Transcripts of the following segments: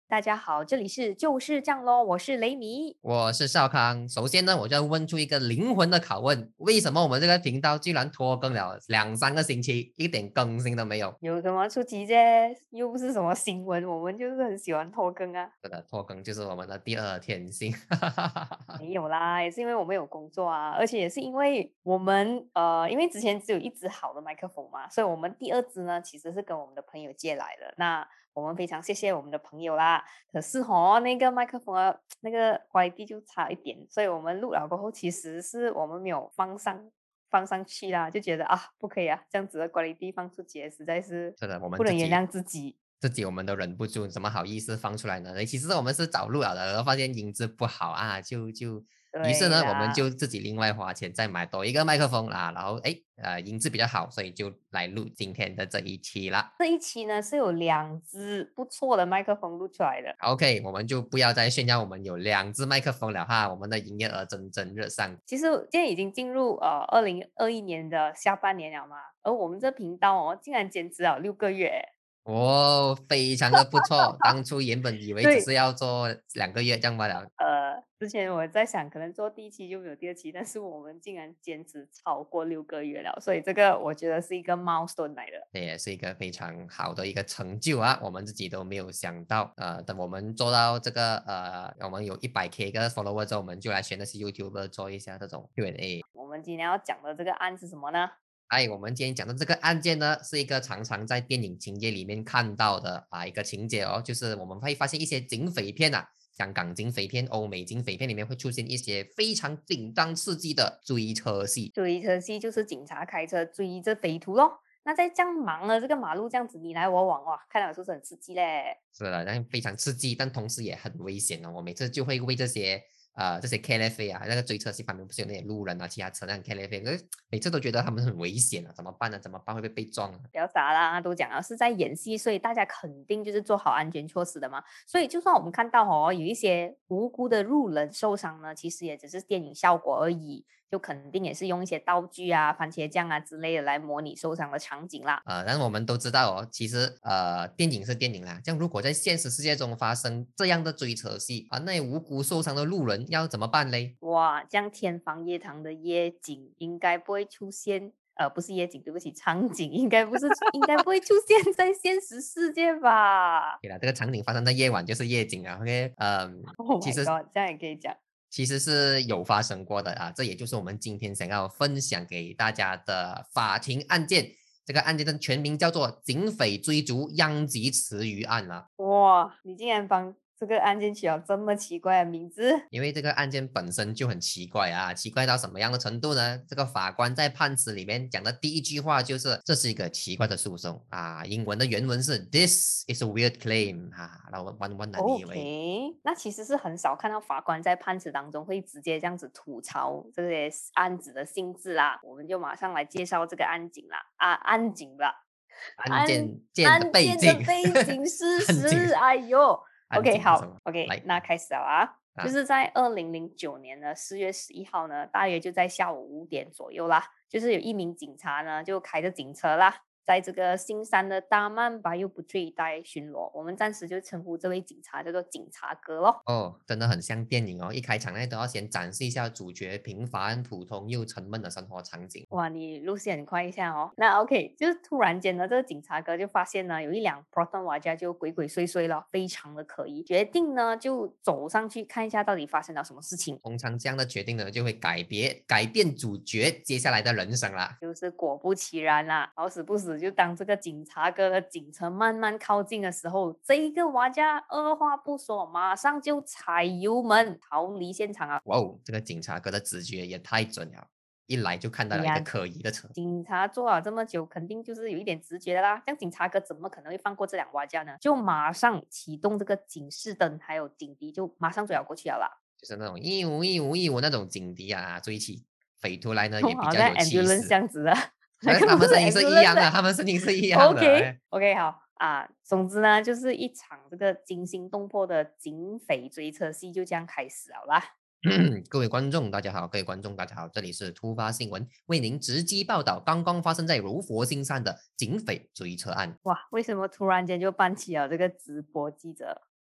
大家好，这里是就是这样咯，我是雷米。 我是少康。首先呢，我就要问出一个灵魂的拷问：为什么我们这个频道居然拖更了两三个星期，一点更新都没有？ 有什么出奇啫？又不是什么新闻，我们就是很喜欢拖更啊。 是的，拖更就是我们的第二天性。 没有啦，也是因为我们有工作啊，而且也是因为我们因为之前只有一支好的麦克风嘛，所以我们第二支呢其实是跟我们的朋友借来的。那我们非常谢谢我们的朋友啦。可是那个麦克风的那个乖地就差一点，所以我们录了过后，其实是我们没有放上去啦，就觉得啊不可以啊，这样子的乖地放出去实在是是的，我们不能原谅自己。 自己我们都忍不住，怎么好意思放出来呢？其实我们是早录了的，然后发现音质不好啊，于是呢，我们对啦， 就自己另外花钱再买多一个麦克风啦，然后音质比较好，所以就来录今天的这一期啦。 这一期呢是有2支不错的麦克风录出来的。 OK，我们就不要再炫耀我们有2只麦克风了哈，我们的营业额蒸蒸日上。 其实现在已经进入2021年的下半年了嘛，而我们这频道竟然坚持了6个月。 哦，非常的不错。当初原本以为只对， 是要做2个月这样罢了， 之前我在想可能做第一期就没有第二期，但是我们竟然坚持超过6个月了，所以这个我觉得是一个 milestone 来的。 这也是一个非常好的一个成就啊，我们自己都没有想到。等我们做到这个我们有100K 个 follower 之后，我们就来选那些 YouTuber 做一下这种 Q&A。 我们今天要讲的这个案是什么呢？ 哎，我们今天讲的这个案件呢，是一个常常在电影情节里面看到的一个情节哦，就是我们会发现一些警匪片啊，香港警匪片、欧美警匪片里面会出现一些非常紧张刺激的追车戏。 追车戏就是警察开车追着匪徒咯。那在这样忙的这个马路这样子你来我往哇，看了是不是很刺激嘞？ 是的，但非常刺激，但同时也很危险哦。我每次就会为这些 KLF 那个追车戏旁边不是有那些路人啊、其他车辆 KLF，可是每次都觉得他们很危险啊，怎么办呢？怎么办？会不会被撞啊？ 不要傻啦，都讲了是在演戏，所以大家肯定就是做好安全措施的嘛。所以就算我们看到有一些无辜的路人受伤呢，其实也只是电影效果而已，就肯定也是用一些道具啊、番茄酱啊之类的来模拟受伤的场景啦。 但我们都知道哦，其实电影是电影啦，这样如果在现实世界中发生这样的追车戏啊，那无辜受伤的路人要怎么办嘞？ 哇，这样天方夜谭的夜景应该不会出现，不是夜景，对不起，场景应该不会出现在现实世界吧对了，这个场景发生在夜晚就是夜景啊，OK， ？Oh 其 my 实 god，这样也可以讲。 其实是有发生过的啊，这也就是我们今天想要分享给大家的法庭案件。这个案件的全名叫做警匪追逐殃及池鱼案了。 哇，你竟然帮这个案件取了这么奇怪的名字。 因为这个案件本身就很奇怪啊，奇怪到什么样的程度呢？这个法官在判词里面讲的第一句话就是这是一个奇怪的诉讼啊，英文的原文是 This is a weird claim 啊，然后问哪里以为 OK，那其实是很少看到法官在判词当中会直接这样子吐槽这些案子的性质啦。我们就马上来介绍这个案情啦，案情吧， 案案件的案件的背景， 背景事案件实。哎呦案 ，OK，好景是什么？ ，OK， 来那开始了啊。就啊， 是在2009年的4月11号呢，大约就在下午5点左右啦，就是有一名警察呢就开着警车啦，在这个新山的大曼巴又不这一带巡逻，我们暂时就称呼这位警察叫做警察哥咯。 哦，真的很像电影哦，一开场呢都要先展示一下主角平凡、普通又沉闷的生活场景。 哇，你路线很快一下哦。那 OK，就是突然间呢，这个警察哥就发现呢，有一辆 Proton Waja 就鬼鬼祟祟了，非常的可疑，决定呢就走上去看一下到底发生了什么事情。 通常这样的决定呢，就会改变主角接下来的人生啦。 就是果不其然啦，好死不死，就当这个警察哥的警车慢慢靠近的时候，这一个瓦家二话不说，马上就踩油门逃离现场啊！ 哇哦，这个警察哥的直觉也太准了，一来就看到了一个哎呀， 可疑的车。 警察做了这么久，肯定就是有一点直觉的啦。这样警察哥怎么可能会放过这辆瓦家呢？就马上启动这个警示灯，还有警笛，就马上追了过去了啦。 就是那种一五一五一五那种警笛啊，追起匪徒来呢就好像也比较有气 ambulance 这势。 样子的，那可是个不是他们声音是一 ambulance 的。 样的，他们声音是一样的。 OK 哎， OK，好啊。总之呢，就是一场这个惊心动魄的警匪追车戏就这样开始了啦。 各位观众大家好，各位观众大家好，这里是突发新闻，为您直击报道刚刚发生在柔佛新山的警匪追车案。 哇，为什么突然间就办起了这个直播记者？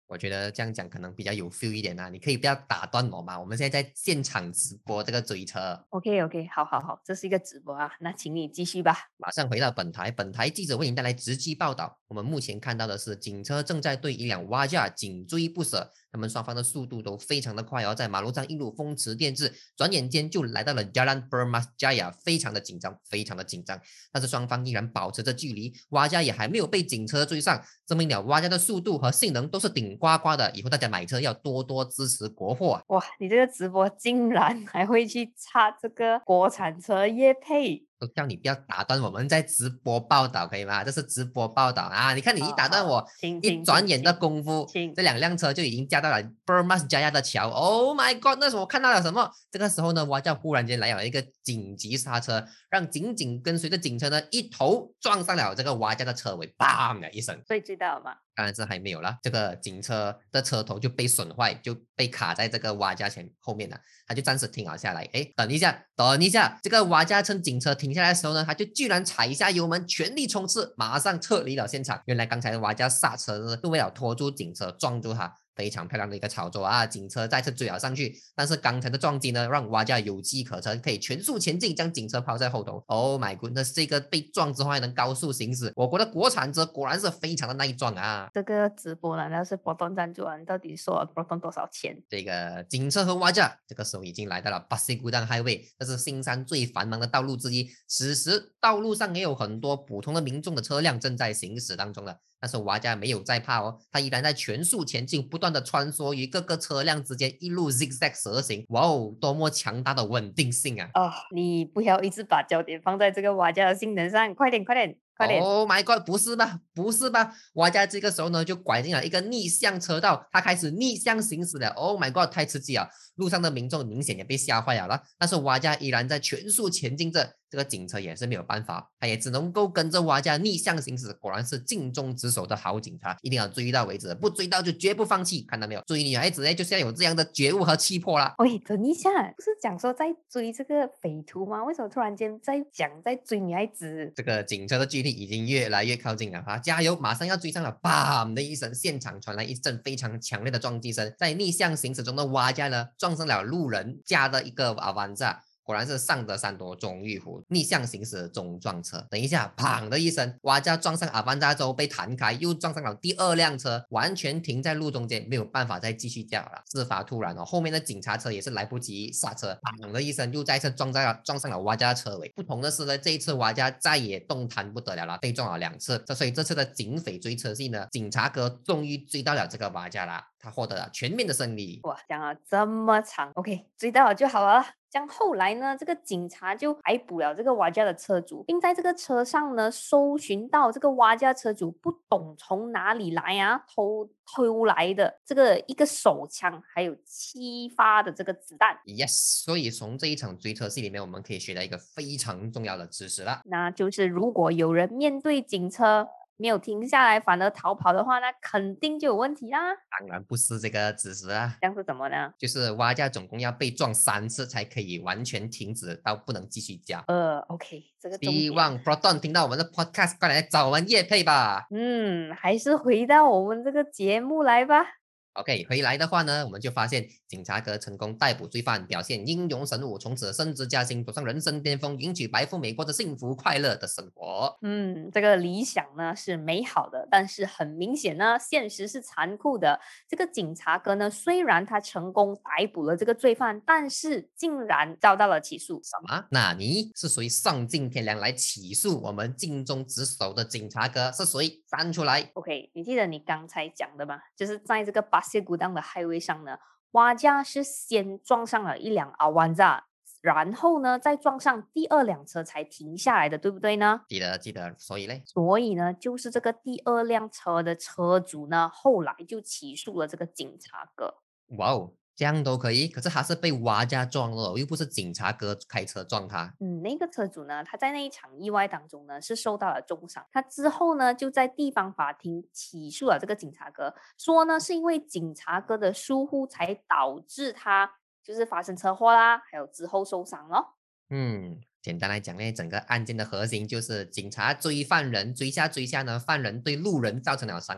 我觉得这样讲可能比较有 feel 一点啊，你可以不要打断我吗？我们现在在现场直播这个追车。 OK OK，好好好，这是一个直播啊，那请你继续吧。 马上回到本台记者为您带来直击报道。我们目前看到的是，警车正在对一辆瓦架紧追不舍，他们双方的速度都非常的快哦，在马路上一路风驰电掣，转眼间就来到了 Jalan Permas Jaya，非常的紧张，非常的紧张。但是双方依然保持着距离，瓦架也还没有被警车追上，证明了瓦架的速度和性能都是顶呱呱的。以后大家买车要多多支持国货啊！ 哇，你这个直播竟然还会去插这个国产车业配， 都叫你不要打断我们在直播报道，可以吗？这是直播报道啊！你看你一打断好， 我，一请请转眼的请请功夫， 请， 这两辆车就已经驾到了 Permas Jaya 的桥。Oh my god！那时候我看到了什么？这个时候呢，瓦加忽然间来了一个紧急刹车，让紧紧跟随的警车呢一头撞上了这个瓦加的车尾，砰的一声。 所以知道了吗？ 当然是还没有啦，这个警车的车头就被损坏，就被卡在这个瓦加前后面了，他就暂时停了下来。哎，等一下，等一下，这个瓦加趁警车停下来的时候呢，他就居然踩一下油门，全力冲刺，马上撤离了现场。原来刚才瓦加刹车呢，是为了拖住警车，撞住他。非常漂亮的一个操作啊！警车再次追了上去，但是刚才的撞击呢，让瓦加有机可乘，可以全速前进，将警车抛在后头。Oh my goodness，这个被撞之后还能高速行驶，我国的国产车果然是非常的耐撞啊！ 这个直播难道是波动赞助啊？你到底说了波动多少钱？ 这个警车和瓦加这个时候已经来到了巴西古当 Highway，这是新山最繁忙的道路之一。此时道路上也有很多普通的民众的车辆正在行驶当中了。但是瓦加没有在怕哦，他依然在全速前进，不断的穿梭于各个车辆之间，一路 zigzag 蛇行。哇哦，多么强大的稳定性啊！ 哦，你不要一直把焦点放在这个瓦加的性能上，快点快点快点！ Oh my god！不是吧？不是吧？瓦加这个时候呢，就拐进了一个逆向车道，他开始逆向行驶了。Oh my god！太刺激了！路上的民众明显也被吓坏了，但是瓦加依然在全速前进着，这个警车也是没有办法，他也只能够跟着瓦加逆向行驶。果然是尽忠职守的好警察，一定要追到为止，不追到就绝不放弃。看到没有？追女孩子呢，就是要有这样的觉悟和气魄啦。 喂，等一下，不是讲说在追这个匪徒吗？为什么突然间在讲在追女孩子？ 这个警车的距离已经越来越靠近了啊！加油，马上要追上了！BAM 的一声，现场传来一阵非常强烈的撞击声。在逆向行驶中的瓦加呢，撞上了路人驾的一个阿万扎。果然是上得山多终遇虎，逆向行驶中撞车。等一下，砰的一声，瓦加撞上阿万扎之后被弹开，又撞上了第二辆车，完全停在路中间，没有办法再继续驾了。事发突然哦，后面的警察车也是来不及刹车，砰的一声又再次撞上了瓦加的车尾。不同的是呢，这一次瓦加再也动弹不得了，被撞了2次。所以这次的警匪追车戏呢，警察哥终于追到了这个瓦加啦，他获得了全面的胜利。 哇，讲了这么长，OK，追到了就好了。这样后来呢，这个警察就逮捕了这个瓦加的车主，并在这个车上呢搜寻到这个瓦加车主不懂从哪里来啊偷来的这个一个手枪，还有7发的这个子弹。 Yes，所以从这一场追车戏里面，我们可以学到一个非常重要的知识啦。 那就是如果有人面对警车没有停下来，反而逃跑的话，那肯定就有问题啦。 当然不是这个知识啦， 这样是怎么呢？ 就是挖架总共要被撞3次才可以完全停止到不能继续加。 OK，这个重点， 希望 Proton 听到我们的 Podcast，快来找我们叶配吧。 还是回到我们这个节目来吧。 OK，回来的话呢，我们就发现警察哥成功逮捕罪犯，表现英勇神武，从此升职加薪，走上人生巅峰，迎娶白富美，过着幸福快乐的生活。 这个理想呢是美好的，但是很明显呢，现实是残酷的。这个警察哥呢，虽然他成功逮捕了这个罪犯，但是竟然遭到了起诉。 什么？那你是谁丧尽天良来起诉我们尽忠职守的警察哥？是谁？站出来！ OK，你记得你刚才讲的吗？就是在这个巴西古当的 highway 上呢，瓦加是先撞上了一辆阿万扎，然后呢再撞上第二辆车才停下来的，对不对呢？ 记得记得，所以嘞， 所以呢，就是这个第二辆车的车主呢，后来就起诉了这个警察哥。 哇哦，这样都可以，可是他是被瓦家撞了，又不是警察哥开车撞他。 那个车主呢，他在那一场意外当中呢是受到了重伤，他之后呢就在地方法庭起诉了这个警察哥，说呢是因为警察哥的疏忽才导致他就是发生车祸啦，还有之后受伤咯。 简单来讲呢，整个案件的核心就是警察追犯人，追下呢，犯人对路人造成了伤害，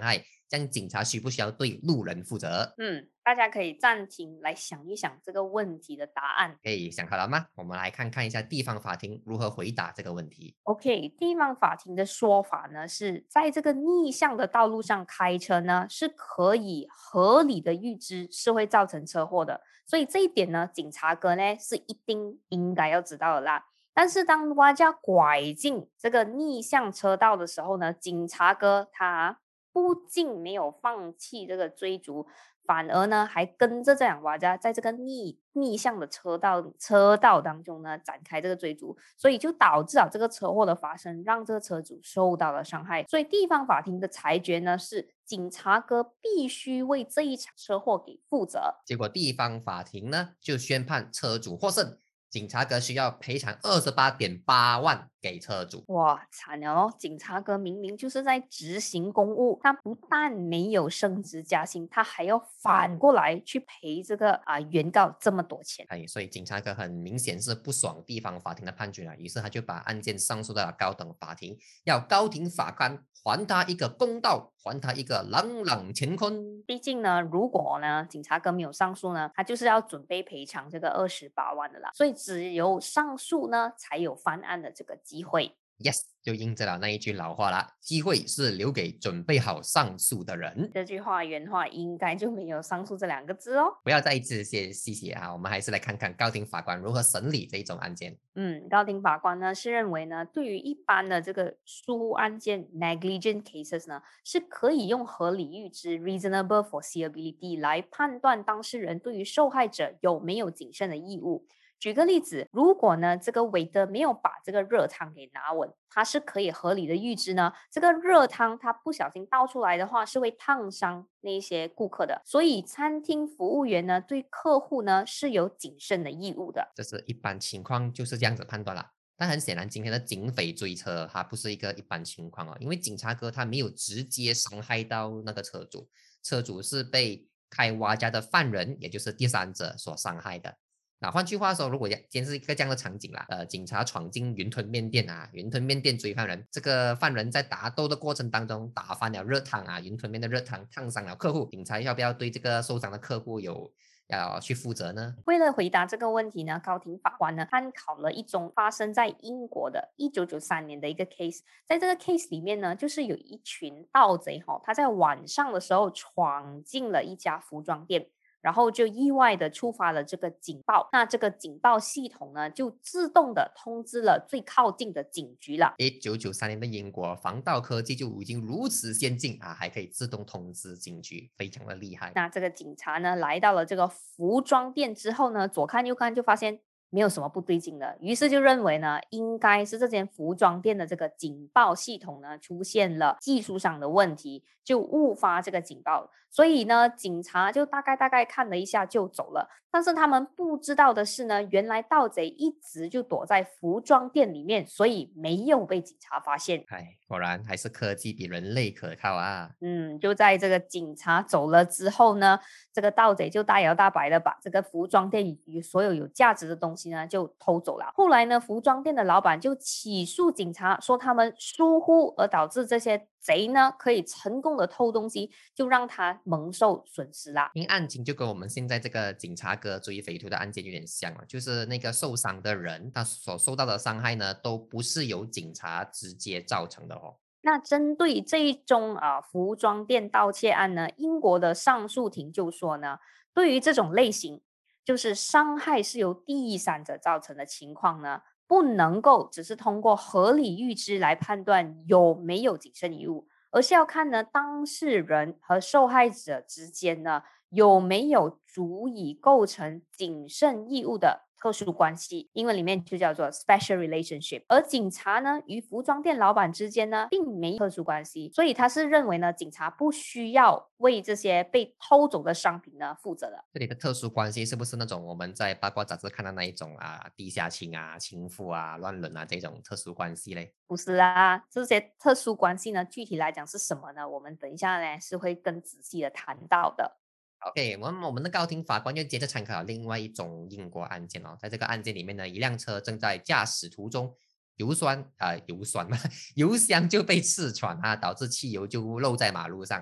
这样警察需不需要对路人负责？ 大家可以暂停来想一想这个问题的答案。 可以想好了吗？我们来看看一下地方法庭如何回答这个问题。 OK，地方法庭的说法呢是在这个逆向的道路上开车呢是可以合理的预知是会造成车祸的，所以这一点呢，警察哥呢是一定应该要知道的啦。但是当挖家拐进这个逆向车道的时候呢，警察哥他不仅没有放弃这个追逐，反而呢还跟着这两瓦家在这个逆向的车道当中呢展开这个追逐，所以就导致了这个车祸的发生，让这个车主受到了伤害。所以地方法庭的裁决呢是警察哥必须为这一场车祸给负责。 结果地方法庭呢就宣判车主获胜，警察哥需要赔偿28.8万给车主。 哇，惨了哦！警察哥明明就是在执行公务，他不但没有升职加薪，他还要反过来去赔这个原告这么多钱。 所以警察哥很明显是不爽地方法庭的判决了，于是他就把案件上诉到了高等法庭，要高庭法官还他一个公道，还他一个朗朗乾坤。 毕竟呢，如果呢警察哥没有上诉呢，他就是要准备赔偿这个28万的啦。所以只有上诉呢，才有翻案的这个机会。 Yes，就印证了那一句老话啦，机会是留给准备好上诉的人。 这句话原话应该就没有上诉这两个字哦。 不要再一直写细节啊，我们还是来看看高庭法官如何审理这一种案件。 高庭法官呢是认为呢，对于一般的这个疏忽案件 negligent cases 呢，是可以用合理预知 reasonable foreseeability 来判断当事人对于受害者有没有谨慎的义务。举个例子，如果呢这个waiter没有把这个热汤给拿稳，他是可以合理的预知呢，这个热汤他不小心倒出来的话是会烫伤那些顾客的，所以餐厅服务员呢对客户呢是有谨慎的义务的。 这是一般情况就是这样子判断了。但很显然，今天的警匪追车，它不是一个一般情况哦，因为警察哥他没有直接伤害到那个车主，车主是被开挖家的犯人，也就是第三者所伤害的。那换句话说，如果今天是一个这样的场景啦，警察闯进云吞面店啊，云吞面店追犯人，这个犯人在打斗的过程当中打翻了热汤啊，云吞面的热汤烫伤了客户，警察要不要对这个受伤的客户要去负责呢？ 为了回答这个问题呢，高庭法官呢参考了一宗发生在英国的1993年的一个 case。在这个 case 里面呢，就是有一群盗贼他在晚上的时候闯进了一家服装店，然后就意外的触发了这个警报，那这个警报系统呢就自动的通知了最靠近的警局了。 1993年的英国防盗科技就已经如此先进啊，还可以自动通知警局，非常的厉害。 那这个警察呢来到了这个服装店之后呢，左看右看就发现没有什么不对劲的，于是就认为呢，应该是这间服装店的这个警报系统呢出现了技术上的问题，就误发这个警报。所以呢，警察就大概看了一下就走了。但是他们不知道的是呢，原来盗贼一直就躲在服装店里面，所以没有被警察发现。 果然还是科技比人类可靠啊。 就在这个警察走了之后呢，这个盗贼就大摇大摆的把这个服装店与所有有价值的东西呢就偷走了。后来呢，服装店的老板就起诉警察，说他们疏忽而导致这些贼呢可以成功的偷东西，就让他蒙受损失啦。 因案情就跟我们现在这个警察哥追匪徒的案件有点像了，就是那个受伤的人他所受到的伤害呢，都不是由警察直接造成的哦。 那针对这一宗服装店盗窃案呢，英国的上诉庭就说呢，对于这种类型，就是伤害是由第三者造成的情况呢，不能够只是通过合理预知来判断有没有谨慎义务，而是要看呢当事人和受害者之间呢有没有足以构成谨慎义务的特殊关系，英文里面就叫做 special relationship。而警察呢与服装店老板之间呢并没有特殊关系，所以他是认为呢警察不需要为这些被偷走的商品呢负责的。 这里的特殊关系是不是那种我们在八卦杂志看到那一种地下情啊、情妇啊、乱伦啊这种特殊关系嘞？ 不是啊，这些特殊关系呢具体来讲是什么呢？我们等一下呢是会更仔细的谈到的。 OK，我们的高庭法官又接着参考另外一宗英国案件哦，在这个案件里面呢，一辆车正在驾驶途中，油箱就被刺穿啊，导致汽油就漏在马路上。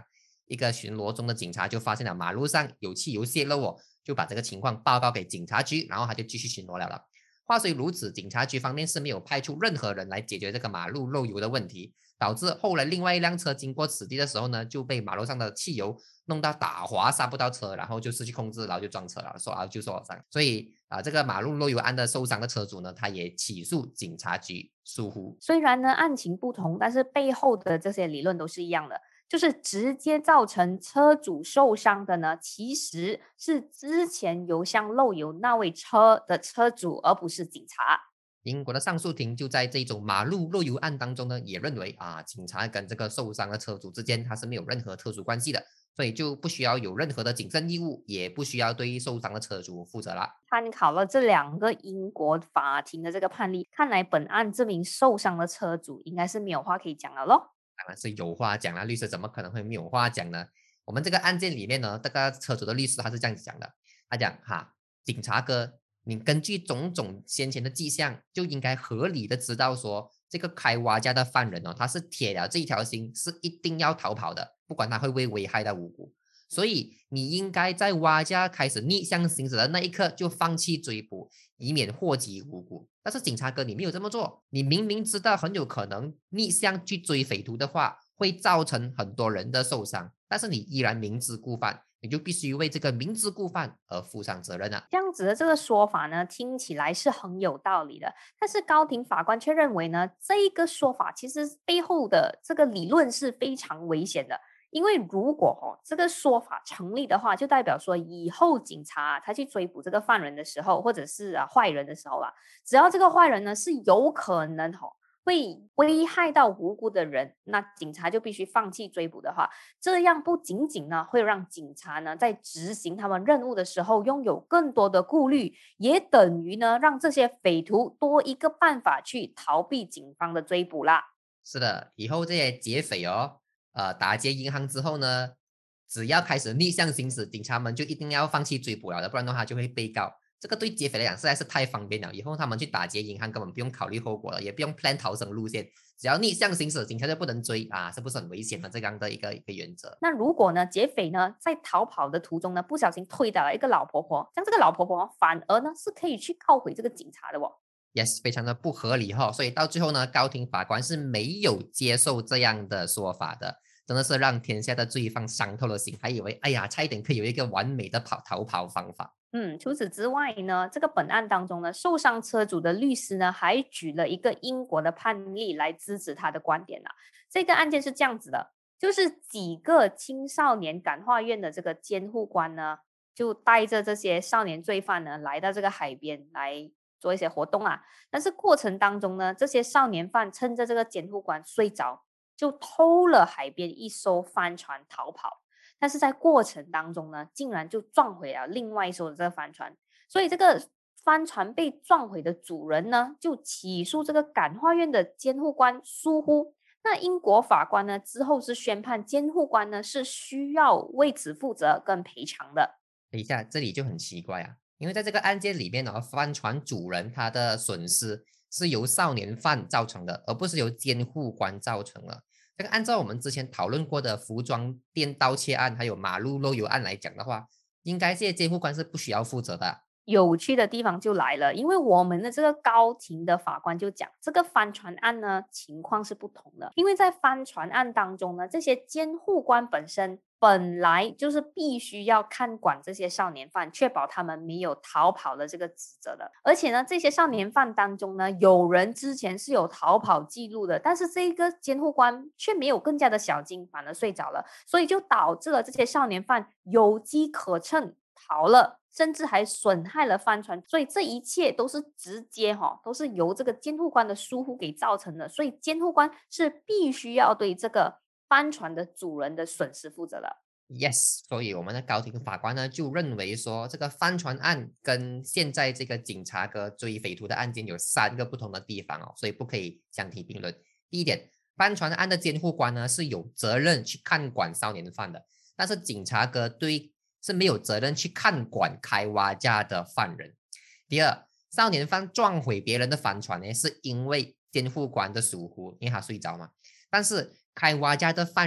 一个巡逻中的警察就发现了马路上有汽油泄漏哦，就把这个情况报告给警察局，然后他就继续巡逻了。话虽如此，警察局方面是没有派出任何人来解决这个马路漏油的问题，导致后来另外一辆车经过此地的时候呢，就被马路上的汽油弄到打滑刹不到车，然后就失去控制，然后就撞车了，就受伤。所以这个马路漏油案的受伤的车主呢，他也起诉警察局疏忽。 虽然呢案情不同，但是背后的这些理论都是一样的，就是直接造成车主受伤的呢，其实是之前油箱漏油那位车的车主，而不是警察。 英国的上诉庭就在这种马路漏油案当中呢，也认为警察跟这个受伤的车主之间他是没有任何特殊关系的，所以就不需要有任何的警政义务，也不需要对受伤的车主负责了。 参考了这两个英国法庭的这个判例，看来本案这名受伤的车主应该是没有话可以讲了咯。 当然是有话讲了，律师怎么可能会没有话讲呢？我们这个案件里面呢，这个车主的律师他是这样子讲的，他讲警察哥，你根据种种先前的迹象，就应该合理的知道说，这个开挖家的犯人哦，他是铁了这一条心，是一定要逃跑的，不管他会不会危害到无辜。所以你应该在挖家开始逆向行驶的那一刻就放弃追捕，以免祸及无辜。但是警察哥，你没有这么做，你明明知道很有可能逆向去追匪徒的话，会造成很多人的受伤，但是你依然明知故犯，你就必须为这个明知故犯而负上责任啊。 这样子的这个说法呢，听起来是很有道理的，但是高庭法官却认为呢，这一个说法其实背后的这个理论是非常危险的。因为如果这个说法成立的话，就代表说以后警察他去追捕这个犯人的时候，或者是坏人的时候只要这个坏人呢是有可能会危害到无辜的人，那警察就必须放弃追捕的话，这样不仅仅呢会让警察呢在执行他们任务的时候拥有更多的顾虑，也等于呢让这些匪徒多一个办法去逃避警方的追捕啦。 是的，以后这些劫匪打劫银行之后呢，只要开始逆向行驶，警察们就一定要放弃追捕了的，不然的话就会被告。这个对劫匪来讲实在是太方便了，以后他们去打劫银行根本不用考虑后果了，也不用 plan 逃生路线，只要逆向行驶，警察就不能追是不是很危险的这样的一个原则？ 那如果呢，劫匪呢在逃跑的途中呢，不小心推倒了一个老婆婆，像这个老婆婆反而呢是可以去告回这个警察的哦。 Yes，非常的不合理所以到最后呢，高庭法官是没有接受这样的说法的，真的是让天下的罪犯伤透了心，还以为哎呀，差一点可以有一个完美的逃跑方法。 除此之外呢，这个本案当中呢，受伤车主的律师呢还举了一个英国的判例来支持他的观点这个案件是这样子的，就是几个青少年感化院的这个监护官呢，就带着这些少年罪犯呢来到这个海边来做一些活动但是过程当中呢，这些少年犯趁着这个监护官睡着，就偷了海边一艘帆船逃跑。但是在过程当中呢，竟然就撞毁了另外一艘的这个帆船，所以这个帆船被撞毁的主人呢，就起诉这个感化院的监护官疏忽。那英国法官呢之后是宣判监护官呢是需要为此负责跟赔偿的。 等一下，这里就很奇怪因为在这个案件里面帆船主人他的损失是由少年犯造成的，而不是由监护官造成的。这个按照我们之前讨论过的服装店盗窃案，还有马路漏油案来讲的话，应该这些监护官是不需要负责的。 有趣的地方就来了，因为我们的这个高庭的法官就讲，这个帆船案呢情况是不同的，因为在帆船案当中呢，这些监护官本身本来就是必须要看管这些少年犯，确保他们没有逃跑的这个职责的。而且呢，这些少年犯当中呢，有人之前是有逃跑记录的，但是这个监护官却没有更加的小心，反而睡着了，所以就导致了这些少年犯有机可乘逃了，甚至还损害了帆船，所以这一切都是直接都是由这个监护官的疏忽给造成的，所以监护官是必须要对这个帆船的主人的损失负责的。 Yes，所以我们的高庭法官呢就认为说，这个帆船案跟现在这个警察哥追匪徒的案件有3个不同的地方所以不可以相提并论。第一点，帆船案的监护官呢是有责任去看管少年犯的，但是警察哥是没有责任去看管开挖家的犯人。第二，少年犯撞毁别人的帆船呢，是因为监护官的疏忽，因为他睡着嘛。但是开挖家的犯人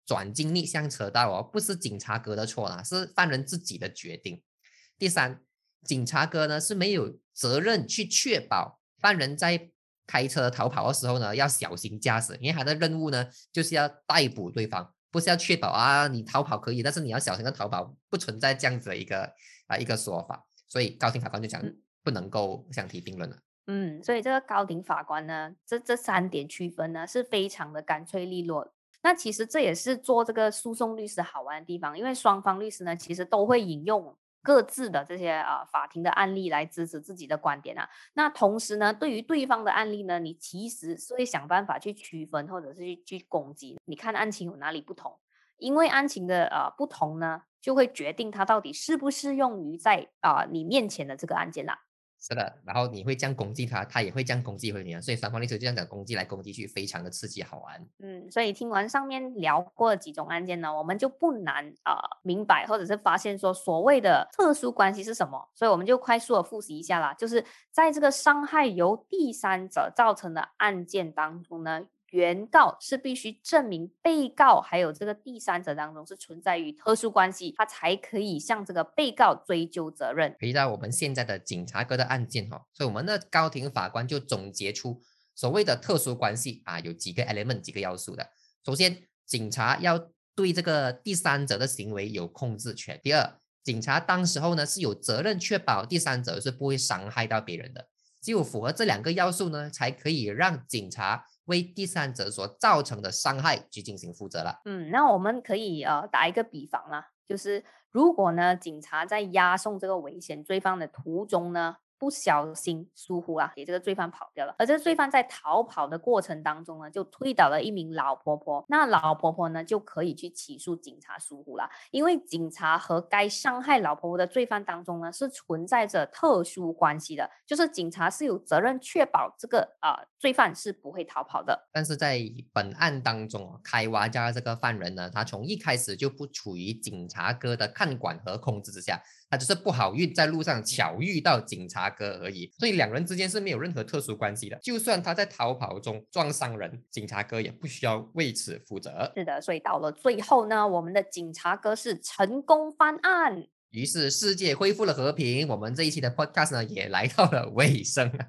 转进逆向车道不是警察哥的错啦，是犯人自己的决定。第三，警察哥呢是没有责任去确保犯人在开车逃跑的时候呢要小心驾驶，因为他的任务呢就是要逮捕对方，不是要确保你逃跑可以，但是你要小心的逃跑，不存在这样子的一个说法，所以高庭法官就讲不能够相提并论了。 所以这个高庭法官呢，这3点区分呢是非常的干脆利落。那其实这也是做这个诉讼律师好玩的地方，因为双方律师呢其实都会引用各自的这些法庭的案例来支持自己的观点啊。那同时呢，对于对方的案例呢，你其实是会想办法去区分或者是去攻击。你看案情有哪里不同？因为案情的不同呢，就会决定它到底适不适用于在你面前的这个案件啦。 是的，然后你会这样攻击他，他也会这样攻击回你，所以双方律师就这样讲攻击来攻击去，非常的刺激好玩。 所以听完上面聊过的几种案件呢，我们就不难明白或者是发现说所谓的特殊关系是什么，所以我们就快速的复习一下啦。就是在这个伤害由第三者造成的案件当中呢，原告是必须证明被告还有这个第三者当中是存在于特殊关系，他才可以向这个被告追究责任。 回到我们现在的警察哥的案件所以我们的高庭法官就总结出所谓的特殊关系有几个 element 几个要素的。首先，警察要对这个第三者的行为有控制权。第二，警察当时候呢是有责任确保第三者是不会伤害到别人的。只有符合这2个要素呢，才可以让警察为第三者所造成的伤害去进行负责了。 那我们可以打一个比方啦，就是如果呢警察在押送这个危险罪犯的途中呢，不小心疏忽给这个罪犯跑掉了，而这个罪犯在逃跑的过程当中呢，就推倒了一名老婆婆，那老婆婆呢就可以去起诉警察疏忽啦，因为警察和该伤害老婆婆的罪犯当中呢是存在着特殊关系的，就是警察是有责任确保这个罪犯是不会逃跑的。 但是在本案当中开挖家这个犯人呢，他从一开始就不处于警察哥的看管和控制之下，他只是不好运在路上巧遇到警察哥而已，所以2人之间是没有任何特殊关系的。就算他在逃跑中撞伤人，警察哥也不需要为此负责。 是的，所以到了最后呢，我们的警察哥是成功翻案， 于是世界恢复了和平，我们这一期的 podcast 呢也来到了尾声了。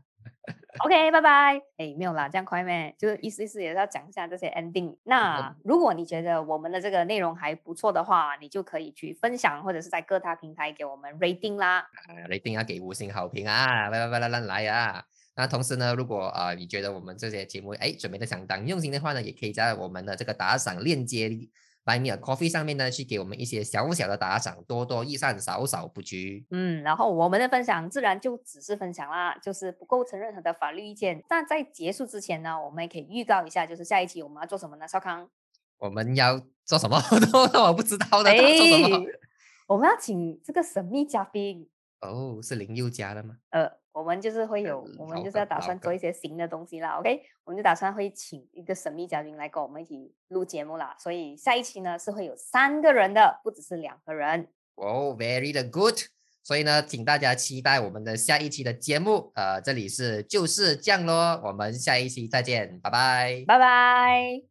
OK， 拜拜。没有啦，这样快咩？就是意思也是要讲一下这些 ending。那如果你觉得我们的这个内容还不错的话，你就可以去分享，或者是在各大平台给我们 rating 啦。 rating 要给5星好评来。那同时呢，如果你觉得我们这些节目准备的相当用心的话呢，也可以在我们的这个打赏链接Buy Me a Coffee 上面呢，去给我们一些小小的打赏，多多益善，少少不拘。 然后我们的分享自然就只是分享啦，就是不构成任何的法律意见。那在结束之前呢，我们也可以预告一下，就是下一期我们要做什么呢？少康， 我们要做什么？我不知道的，做什么？ 我们要请这个神秘嘉宾。 是林宥嘉的吗？ 我们就是会有，我们就是要打算做一些新的东西啦。OK， 我们就打算会请一个神秘嘉宾来跟我们一起录节目啦。所以下一期呢是会有3个人的，不只是2个人。 very good。所以呢，请大家期待我们的下一期的节目。这里是就是这样咯，我们下一期再见，拜拜， 拜拜。